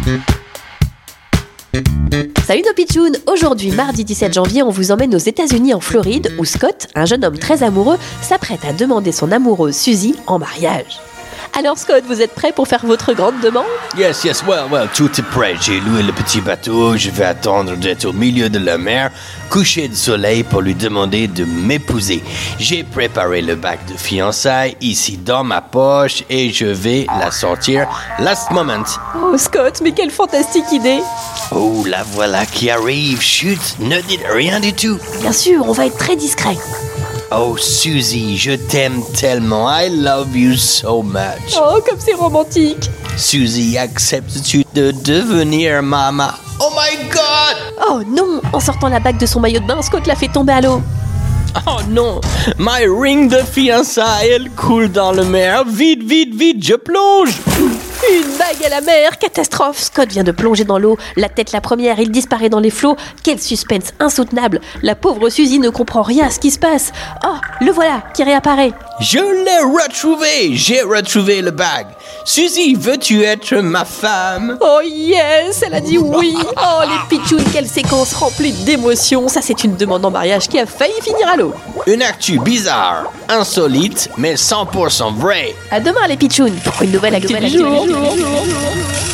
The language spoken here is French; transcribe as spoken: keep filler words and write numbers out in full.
Salut nos pitchouns! Aujourd'hui, mardi dix-sept janvier, on vous emmène aux États-Unis en Floride où Scott, un jeune homme très amoureux, s'apprête à demander son amoureuse Suzy en mariage. Alors Scott, vous êtes prêt pour faire votre grande demande? Yes, yes, well, well, tout est prêt. J'ai loué le petit bateau, je vais attendre d'être au milieu de la mer, coucher de soleil pour lui demander de m'épouser. J'ai préparé le bac de fiançailles ici dans ma poche et je vais la sortir last moment. Oh Scott, mais quelle fantastique idée! Oh, la voilà qui arrive. Chut, ne dites rien du tout. Bien sûr, on va être très discret. Oh, Suzy, je t'aime tellement. I love you so much. Oh, comme c'est romantique! Suzy, acceptes-tu de devenir maman? Oh my God! Oh non! En sortant la bague de son maillot de bain, Scott l'a fait tomber à l'eau. Oh non! My ring de fiançailles, elle coule dans la mer. Vite, vite, vite, je plonge! Une bague à la mer, catastrophe! Scott vient de plonger dans l'eau, la tête la première, il disparaît dans les flots. Quel suspense insoutenable! La pauvre Suzy ne comprend rien à ce qui se passe. Oh, le voilà, qui réapparaît. Je l'ai retrouvé! J'ai retrouvé le bague. Suzy, veux-tu être ma femme? Oh yes, elle a dit oui. Oh les pitchouns, quelle séquence remplie d'émotions. Ça c'est une demande en mariage qui a failli finir à l'eau. Une actu bizarre, insolite, mais cent pour cent vrai. À demain les pitchouns pour une nouvelle actu du jour.